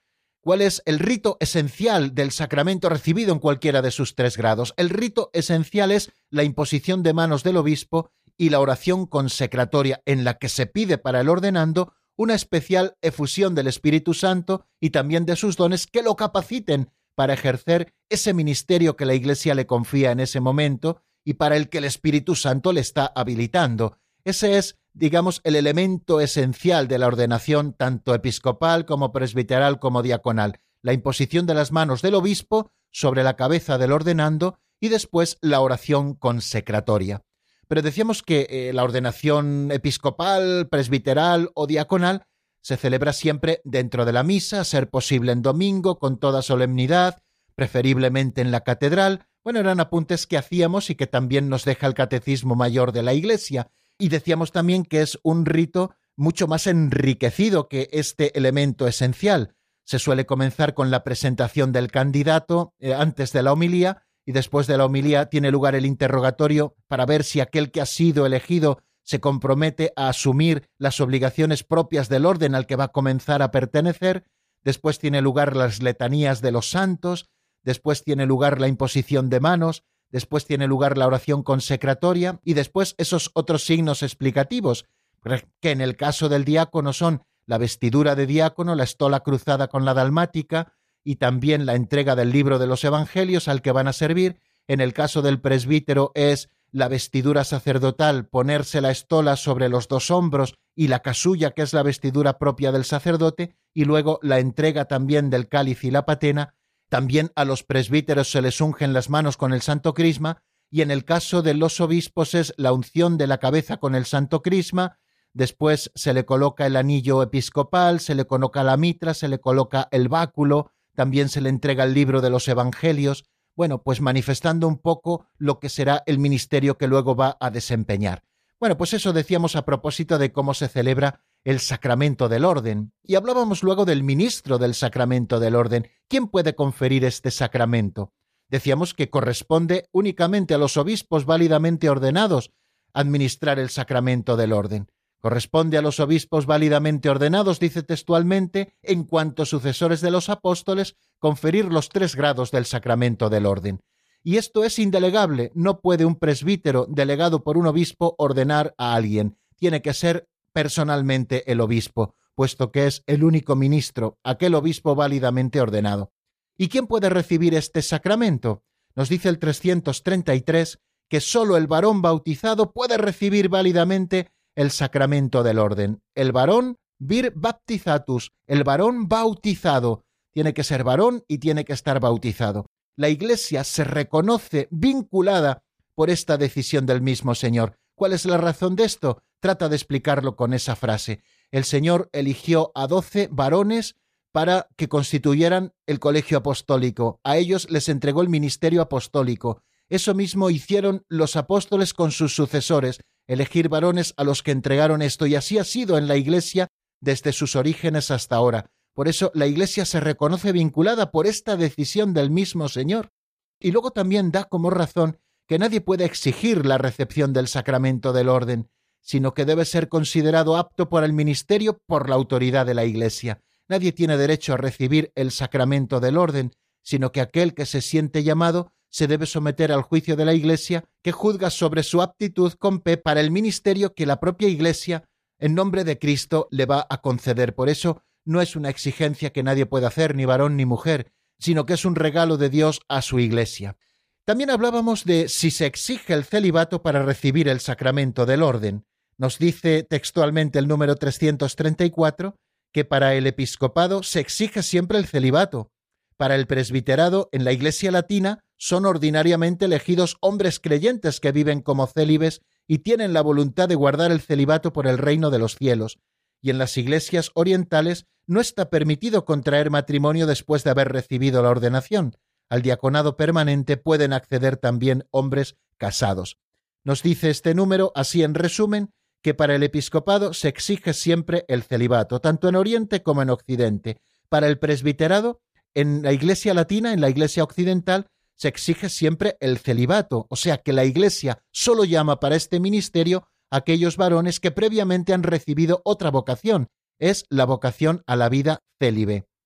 ¿Cuál es el rito esencial del sacramento recibido en cualquiera de sus tres grados? El rito esencial es la imposición de manos del obispo y la oración consecratoria, en la que se pide para el ordenando una especial efusión del Espíritu Santo y también de sus dones que lo capaciten para ejercer ese ministerio que la Iglesia le confía en ese momento y para el que el Espíritu Santo le está habilitando. Ese es, digamos, el elemento esencial de la ordenación tanto episcopal como presbiteral como diaconal, la imposición de las manos del obispo sobre la cabeza del ordenando y después la oración consecratoria. Pero decíamos que eh, la ordenación episcopal, presbiteral o diaconal se celebra siempre dentro de la misa, a ser posible en domingo, con toda solemnidad, preferiblemente en la catedral. Bueno, eran apuntes que hacíamos y que también nos deja el Catecismo Mayor de la Iglesia. Y decíamos también que es un rito mucho más enriquecido que este elemento esencial. Se suele comenzar con la presentación del candidato eh, antes de la homilía, y después de la homilía tiene lugar el interrogatorio para ver si aquel que ha sido elegido se compromete a asumir las obligaciones propias del orden al que va a comenzar a pertenecer. Después tiene lugar las letanías de los santos, después tiene lugar la imposición de manos, después tiene lugar la oración consecratoria y después esos otros signos explicativos, que en el caso del diácono son la vestidura de diácono, la estola cruzada con la dalmática y también la entrega del libro de los evangelios al que van a servir. En el caso del presbítero es la vestidura sacerdotal, ponerse la estola sobre los dos hombros y la casulla, que es la vestidura propia del sacerdote, y luego la entrega también del cáliz y la patena. También a los presbíteros se les ungen las manos con el santo crisma, y en el caso de los obispos es la unción de la cabeza con el santo crisma. Después se le coloca el anillo episcopal, se le coloca la mitra, se le coloca el báculo, también se le entrega el libro de los evangelios. Bueno, pues manifestando un poco lo que será el ministerio que luego va a desempeñar. Bueno, pues eso decíamos a propósito de cómo se celebra el sacramento del orden. Y hablábamos luego del ministro del sacramento del orden. ¿Quién puede conferir este sacramento? Decíamos que corresponde únicamente a los obispos válidamente ordenados administrar el sacramento del orden. Corresponde a los obispos válidamente ordenados, dice textualmente, en cuanto sucesores de los apóstoles, conferir los tres grados del sacramento del orden. Y esto es indelegable, no puede un presbítero delegado por un obispo ordenar a alguien, tiene que ser personalmente el obispo, puesto que es el único ministro, aquel obispo válidamente ordenado. ¿Y quién puede recibir este sacramento? Nos dice el trescientos treinta y tres que sólo el varón bautizado puede recibir válidamente el sacramento del orden. El varón vir baptizatus, el varón bautizado. Tiene que ser varón y tiene que estar bautizado. La Iglesia se reconoce vinculada por esta decisión del mismo Señor. ¿Cuál es la razón de esto? Trata de explicarlo con esa frase. El Señor eligió a doce varones para que constituyeran el colegio apostólico. A ellos les entregó el ministerio apostólico. Eso mismo hicieron los apóstoles con sus sucesores, elegir varones a los que entregaron esto, y así ha sido en la Iglesia desde sus orígenes hasta ahora. Por eso la Iglesia se reconoce vinculada por esta decisión del mismo Señor. Y luego también da como razón que nadie puede exigir la recepción del sacramento del orden, sino que debe ser considerado apto para el ministerio por la autoridad de la Iglesia. Nadie tiene derecho a recibir el sacramento del orden, sino que aquel que se siente llamado se debe someter al juicio de la Iglesia, que juzga sobre su aptitud con P para el ministerio que la propia Iglesia, en nombre de Cristo, le va a conceder. Por eso no es una exigencia que nadie puede hacer, ni varón ni mujer, sino que es un regalo de Dios a su Iglesia. También hablábamos de si se exige el celibato para recibir el sacramento del orden. Nos dice textualmente el número trescientos treinta y cuatro que para el episcopado se exige siempre el celibato. Para el presbiterado, en la Iglesia latina, son ordinariamente elegidos hombres creyentes que viven como célibes y tienen la voluntad de guardar el celibato por el reino de los cielos. Y en las iglesias orientales no está permitido contraer matrimonio después de haber recibido la ordenación. Al diaconado permanente pueden acceder también hombres casados. Nos dice este número, así en resumen, que para el episcopado se exige siempre el celibato, tanto en Oriente como en Occidente. Para el presbiterado, en la Iglesia latina, en la Iglesia occidental, se exige siempre el celibato, o sea que la Iglesia solo llama para este ministerio a aquellos varones que previamente han recibido otra vocación, es la vocación a la vida célibe.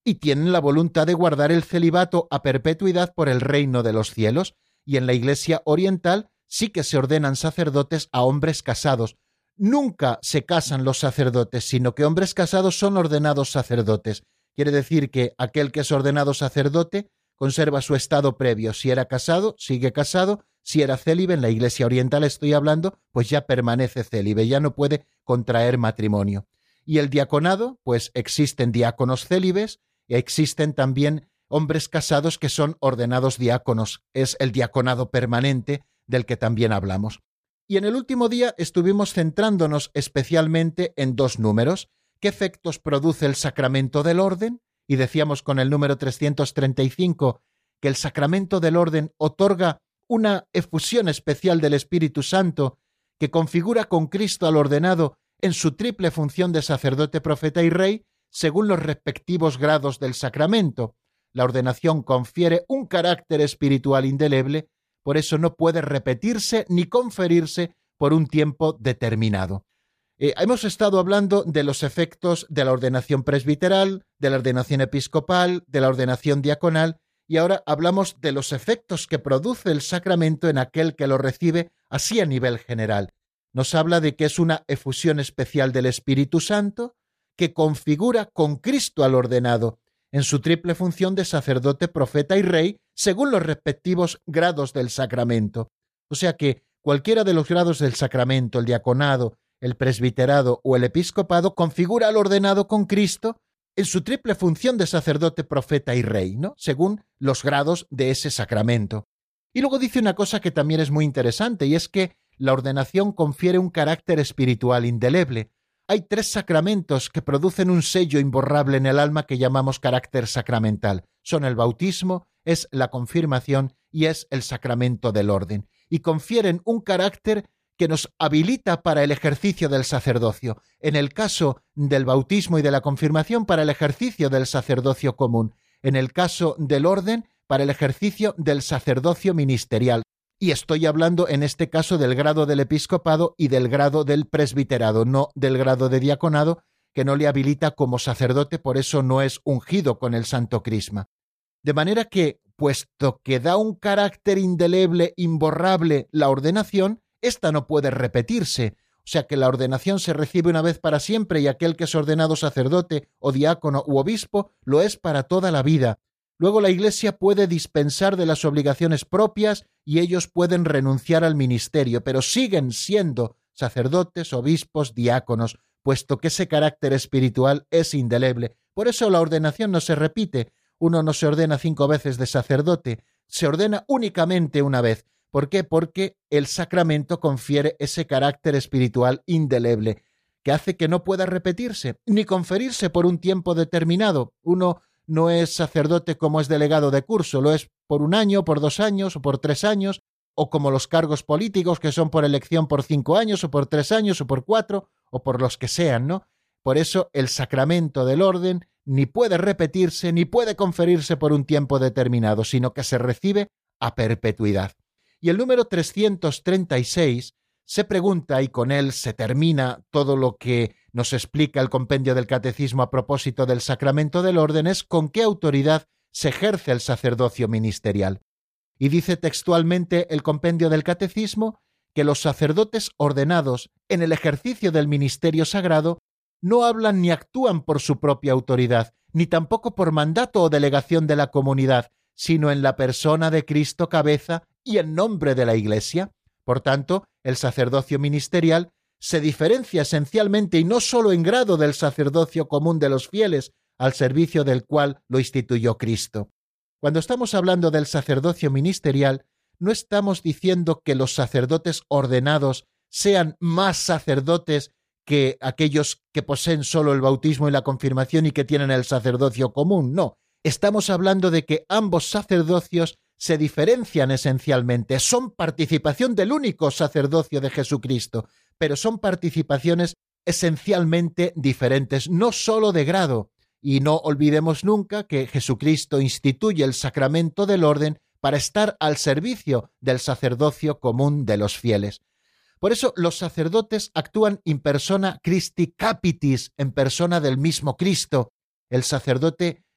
y tienen la voluntad de guardar el celibato a perpetuidad por el reino de los cielos, y en la Iglesia oriental sí que se ordenan sacerdotes a hombres casados. Nunca se casan los sacerdotes, sino que hombres casados son ordenados sacerdotes. Quiere decir que aquel que es ordenado sacerdote conserva su estado previo. Si era casado, sigue casado. Si era célibe, en la Iglesia oriental estoy hablando, pues ya permanece célibe, ya no puede contraer matrimonio. Y el diaconado, pues existen diáconos célibes, existen también hombres casados que son ordenados diáconos. Es el diaconado permanente del que también hablamos. Y en el último día estuvimos centrándonos especialmente en dos números. ¿Qué efectos produce el sacramento del orden? Y decíamos con el número trescientos treinta y cinco que el sacramento del orden otorga una efusión especial del Espíritu Santo que configura con Cristo al ordenado en su triple función de sacerdote, profeta y rey, según los respectivos grados del sacramento. La ordenación confiere un carácter espiritual indeleble, por eso no puede repetirse ni conferirse por un tiempo determinado. Eh, hemos estado hablando de los efectos de la ordenación presbiteral, de la ordenación episcopal, de la ordenación diaconal, y ahora hablamos de los efectos que produce el sacramento en aquel que lo recibe, así a nivel general. Nos habla de que es una efusión especial del Espíritu Santo que configura con Cristo al ordenado en su triple función de sacerdote, profeta y rey, según los respectivos grados del sacramento. O sea que cualquiera de los grados del sacramento, el diaconado, el presbiterado o el episcopado, configura al ordenado con Cristo en su triple función de sacerdote, profeta y rey, ¿no? Según los grados de ese sacramento. Y luego dice una cosa que también es muy interesante, y es que la ordenación confiere un carácter espiritual indeleble. Hay tres sacramentos que producen un sello imborrable en el alma que llamamos carácter sacramental. Son el bautismo, es la confirmación y es el sacramento del orden. Y confieren un carácter que nos habilita para el ejercicio del sacerdocio. En el caso del bautismo y de la confirmación, para el ejercicio del sacerdocio común. En el caso del orden, para el ejercicio del sacerdocio ministerial. Y estoy hablando en este caso del grado del episcopado y del grado del presbiterado, no del grado de diaconado, que no le habilita como sacerdote, por eso no es ungido con el santo crisma. De manera que, puesto que da un carácter indeleble, imborrable la ordenación, esta no puede repetirse. O sea que la ordenación se recibe una vez para siempre y aquel que es ordenado sacerdote o diácono u obispo lo es para toda la vida. Luego la Iglesia puede dispensar de las obligaciones propias y ellos pueden renunciar al ministerio, pero siguen siendo sacerdotes, obispos, diáconos, puesto que ese carácter espiritual es indeleble. Por eso la ordenación no se repite. Uno no se ordena cinco veces de sacerdote, se ordena únicamente una vez. ¿Por qué? Porque el sacramento confiere ese carácter espiritual indeleble, que hace que no pueda repetirse, ni conferirse por un tiempo determinado. Uno no es sacerdote como es delegado de curso, lo es por un año, por dos años o por tres años, o como los cargos políticos que son por elección por cinco años o por tres años o por cuatro o por los que sean, ¿no? Por eso el sacramento del orden ni puede repetirse ni puede conferirse por un tiempo determinado, sino que se recibe a perpetuidad. Y el número trescientos treinta y seis se pregunta, y con él se termina todo lo que nos explica el compendio del Catecismo a propósito del sacramento del orden, es con qué autoridad se ejerce el sacerdocio ministerial. Y dice textualmente el compendio del Catecismo que los sacerdotes ordenados en el ejercicio del ministerio sagrado no hablan ni actúan por su propia autoridad, ni tampoco por mandato o delegación de la comunidad, sino en la persona de Cristo cabeza y en nombre de la Iglesia. Por tanto, el sacerdocio ministerial se diferencia esencialmente y no solo en grado del sacerdocio común de los fieles, al servicio del cual lo instituyó Cristo. Cuando estamos hablando del sacerdocio ministerial, no estamos diciendo que los sacerdotes ordenados sean más sacerdotes que aquellos que poseen solo el bautismo y la confirmación y que tienen el sacerdocio común, no. Estamos hablando de que ambos sacerdocios se diferencian esencialmente, son participación del único sacerdocio de Jesucristo, pero son participaciones esencialmente diferentes, no solo de grado. Y no olvidemos nunca que Jesucristo instituye el sacramento del orden para estar al servicio del sacerdocio común de los fieles. Por eso los sacerdotes actúan in persona Christi capitis, en persona del mismo Cristo. El sacerdote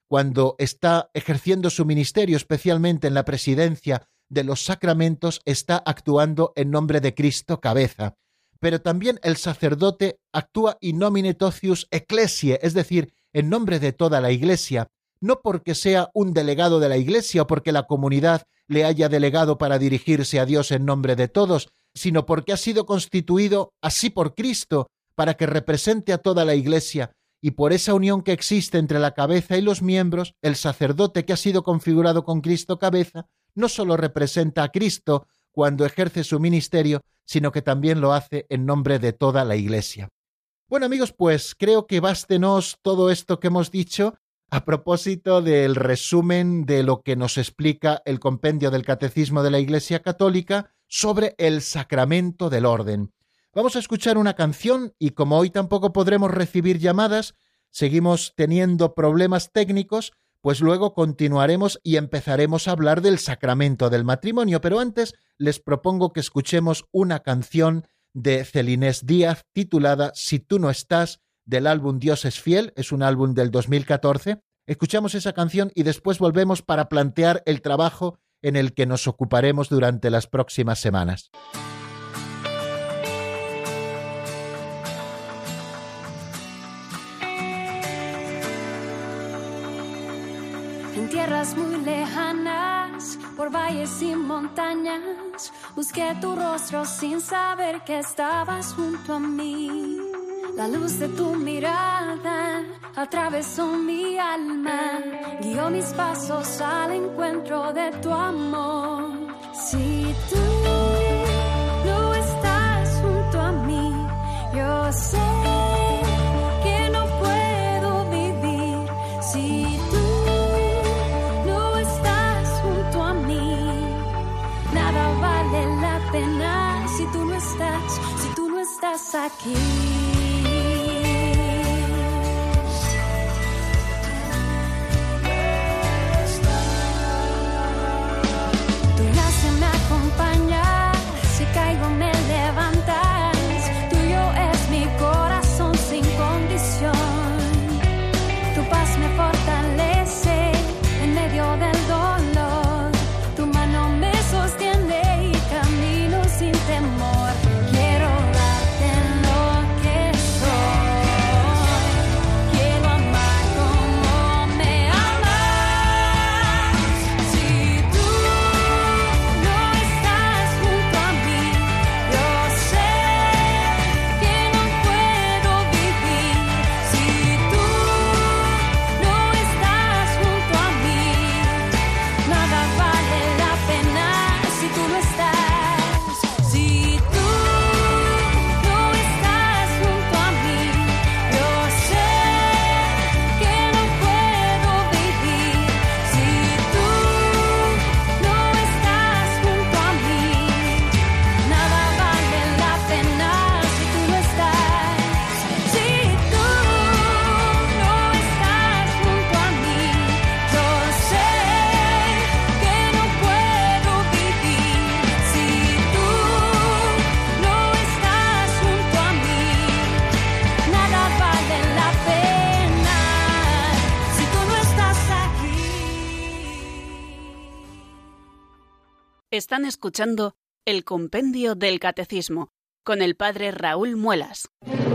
cuando está ejerciendo su ministerio, especialmente en la presidencia de los sacramentos, está actuando en nombre de Cristo cabeza. Pero también el sacerdote actúa in nomine totius ecclesiae, es decir, en nombre de toda la Iglesia, no porque sea un delegado de la Iglesia o porque la comunidad le haya delegado para dirigirse a Dios en nombre de todos, sino porque ha sido constituido así por Cristo para que represente a toda la Iglesia, y por esa unión que existe entre la cabeza y los miembros, el sacerdote que ha sido configurado con Cristo cabeza no solo representa a Cristo cuando ejerce su ministerio, sino que también lo hace en nombre de toda la Iglesia. Bueno, amigos, pues creo que bástenos todo esto que hemos dicho a propósito del resumen de lo que nos explica el compendio del Catecismo de la Iglesia Católica sobre el sacramento del orden. Vamos a escuchar una canción y como hoy tampoco podremos recibir llamadas, seguimos teniendo problemas técnicos, pues luego continuaremos y empezaremos a hablar del sacramento del matrimonio. Pero antes les propongo que escuchemos una canción de Celines Díaz titulada Si tú no estás, del álbum Dios es fiel, es un álbum del dos mil catorce. Escuchamos esa canción y después volvemos para plantear el trabajo en el que nos ocuparemos durante las próximas semanas. En tierras muy lejanas, por valles y montañas, busqué tu rostro sin saber que estabas junto a mí. La luz de tu mirada atravesó mi alma, guió mis pasos al encuentro de tu amor. Si tú no estás junto a mí, yo sé que no puedo vivir. Si tú no estás junto a mí, nada vale la pena si tú no estás, si tú no estás aquí. Caigo, me levantas, tuyo es mi corazón sin condición. Tu paz me fortalece en medio del dolor. Tu mano me sostiene y camino sin temor. Quiero darte lo que soy. Quiero amar como me amas. Si tú no estás junto a mí, Están escuchando el Compendio del Catecismo con el Padre Raúl Muelas.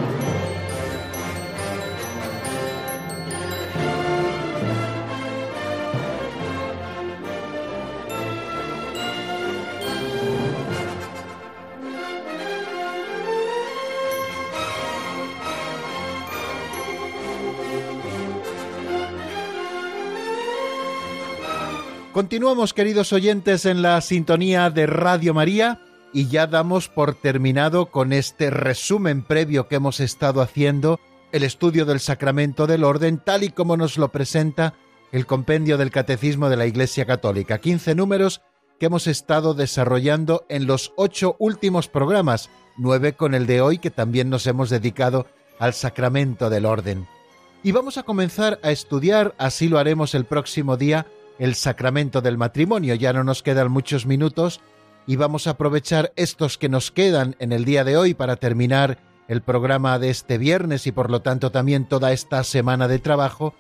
Continuamos, queridos oyentes, en la sintonía de Radio María y ya damos por terminado con este resumen previo que hemos estado haciendo el estudio del Sacramento del Orden, tal y como nos lo presenta el Compendio del Catecismo de la Iglesia Católica. quince números que hemos estado desarrollando en los ocho últimos programas, nueve con el de hoy, que también nos hemos dedicado al Sacramento del Orden. Y vamos a comenzar a estudiar, así lo haremos el próximo día, el sacramento del matrimonio. Ya no nos quedan muchos minutos y vamos a aprovechar estos que nos quedan en el día de hoy para terminar el programa de este viernes y por lo tanto también toda esta semana de trabajo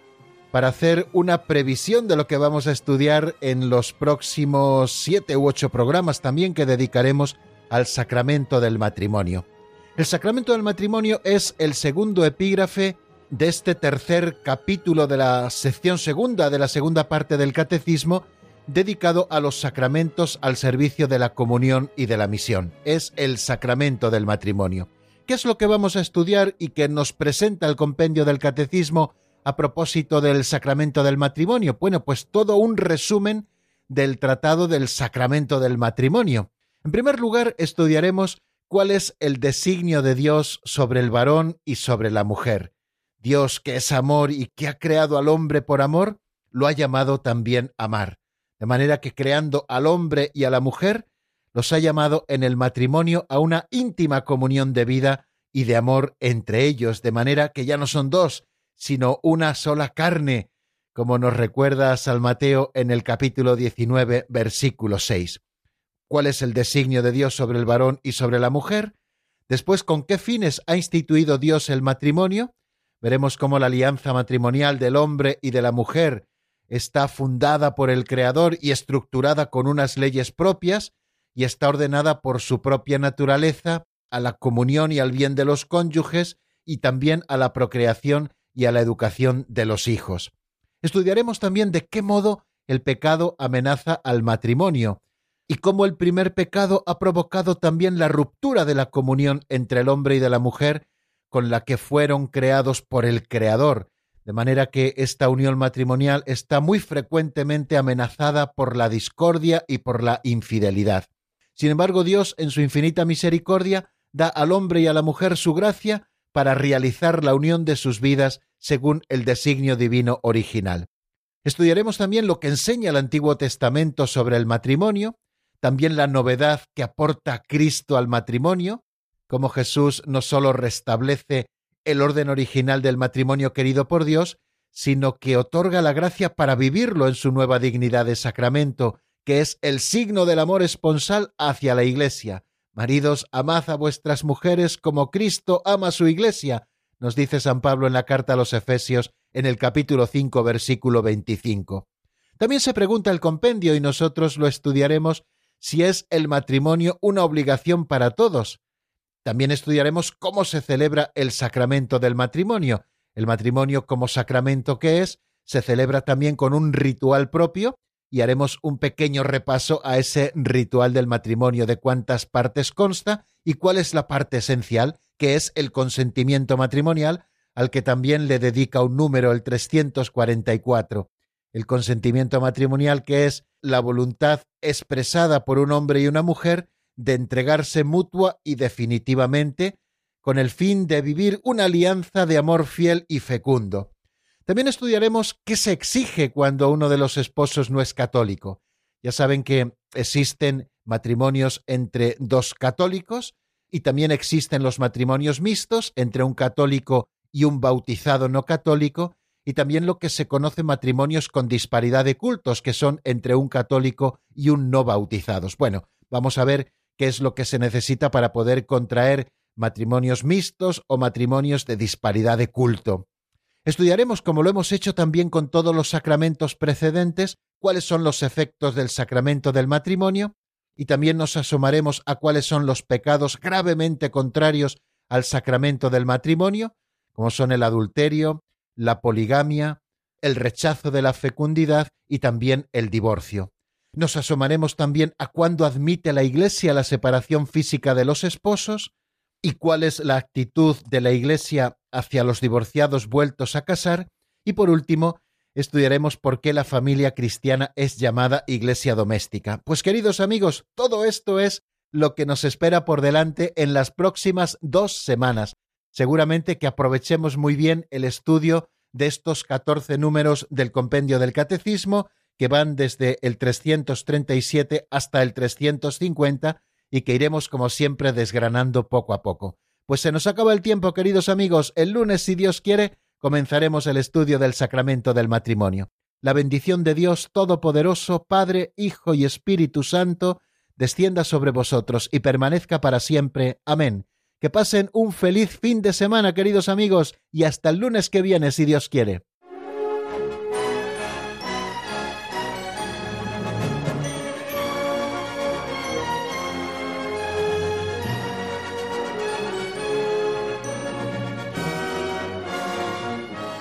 para hacer una previsión de lo que vamos a estudiar en los próximos siete u ocho programas también que dedicaremos al sacramento del matrimonio. El sacramento del matrimonio es el segundo epígrafe de este tercer capítulo de la sección segunda de la segunda parte del Catecismo, dedicado a los sacramentos al servicio de la comunión y de la misión. Es el sacramento del matrimonio. ¿Qué es lo que vamos a estudiar y que nos presenta el compendio del Catecismo a propósito del sacramento del matrimonio? Bueno, pues todo un resumen del tratado del sacramento del matrimonio. En primer lugar, estudiaremos cuál es el designio de Dios sobre el varón y sobre la mujer. Dios, que es amor y que ha creado al hombre por amor, lo ha llamado también amar. De manera que creando al hombre y a la mujer, los ha llamado en el matrimonio a una íntima comunión de vida y de amor entre ellos, de manera que ya no son dos, sino una sola carne, como nos recuerda San Mateo en el capítulo diecinueve, versículo seis. ¿Cuál es el designio de Dios sobre el varón y sobre la mujer? Después, ¿con qué fines ha instituido Dios el matrimonio? Veremos cómo la alianza matrimonial del hombre y de la mujer está fundada por el Creador y estructurada con unas leyes propias y está ordenada por su propia naturaleza a la comunión y al bien de los cónyuges y también a la procreación y a la educación de los hijos. Estudiaremos también de qué modo el pecado amenaza al matrimonio y cómo el primer pecado ha provocado también la ruptura de la comunión entre el hombre y de la mujer con la que fueron creados por el Creador, de manera que esta unión matrimonial está muy frecuentemente amenazada por la discordia y por la infidelidad. Sin embargo, Dios, en su infinita misericordia, da al hombre y a la mujer su gracia para realizar la unión de sus vidas según el designio divino original. Estudiaremos también lo que enseña el Antiguo Testamento sobre el matrimonio, también la novedad que aporta Cristo al matrimonio, cómo Jesús no solo restablece el orden original del matrimonio querido por Dios, sino que otorga la gracia para vivirlo en su nueva dignidad de sacramento, que es el signo del amor esponsal hacia la Iglesia. Maridos, amad a vuestras mujeres como Cristo ama a su Iglesia, nos dice San Pablo en la carta a los Efesios en el capítulo cinco, versículo veinticinco. También se pregunta el compendio, y nosotros lo estudiaremos, si es el matrimonio una obligación para todos. También estudiaremos cómo se celebra el sacramento del matrimonio. El matrimonio como sacramento que es, se celebra también con un ritual propio, y haremos un pequeño repaso a ese ritual del matrimonio, de cuántas partes consta y cuál es la parte esencial, que es el consentimiento matrimonial, al que también le dedica un número, el trescientos cuarenta y cuatro. El consentimiento matrimonial, que es la voluntad expresada por un hombre y una mujer de entregarse mutua y definitivamente con el fin de vivir una alianza de amor fiel y fecundo. También estudiaremos qué se exige cuando uno de los esposos no es católico. Ya saben que existen matrimonios entre dos católicos y también existen los matrimonios mixtos entre un católico y un bautizado no católico, y también lo que se conoce matrimonios con disparidad de cultos, que son entre un católico y un no bautizados. Bueno, vamos a ver qué es lo que se necesita para poder contraer matrimonios mixtos o matrimonios de disparidad de culto. Estudiaremos, como lo hemos hecho también con todos los sacramentos precedentes, cuáles son los efectos del sacramento del matrimonio, y también nos asomaremos a cuáles son los pecados gravemente contrarios al sacramento del matrimonio, como son el adulterio, la poligamia, el rechazo de la fecundidad y también el divorcio. Nos asomaremos también a cuándo admite la Iglesia la separación física de los esposos y cuál es la actitud de la Iglesia hacia los divorciados vueltos a casar, y por último estudiaremos por qué la familia cristiana es llamada iglesia doméstica. Pues queridos amigos, todo esto es lo que nos espera por delante en las próximas dos semanas. Seguramente que aprovechemos muy bien el estudio de estos catorce números del compendio del Catecismo, que van desde el trescientos treinta y siete hasta el trescientos cincuenta, y que iremos como siempre desgranando poco a poco. Pues se nos acaba el tiempo, queridos amigos. El lunes, si Dios quiere, comenzaremos el estudio del sacramento del matrimonio. La bendición de Dios Todopoderoso, Padre, Hijo y Espíritu Santo, descienda sobre vosotros y permanezca para siempre. Amén. Que pasen un feliz fin de semana, queridos amigos, y hasta el lunes que viene, si Dios quiere.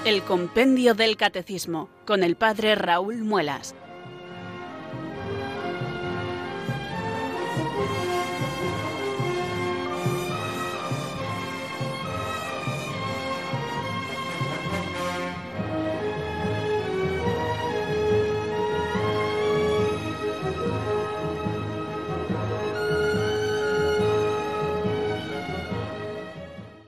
El Compendio del Catecismo con el Padre Raúl Muelas.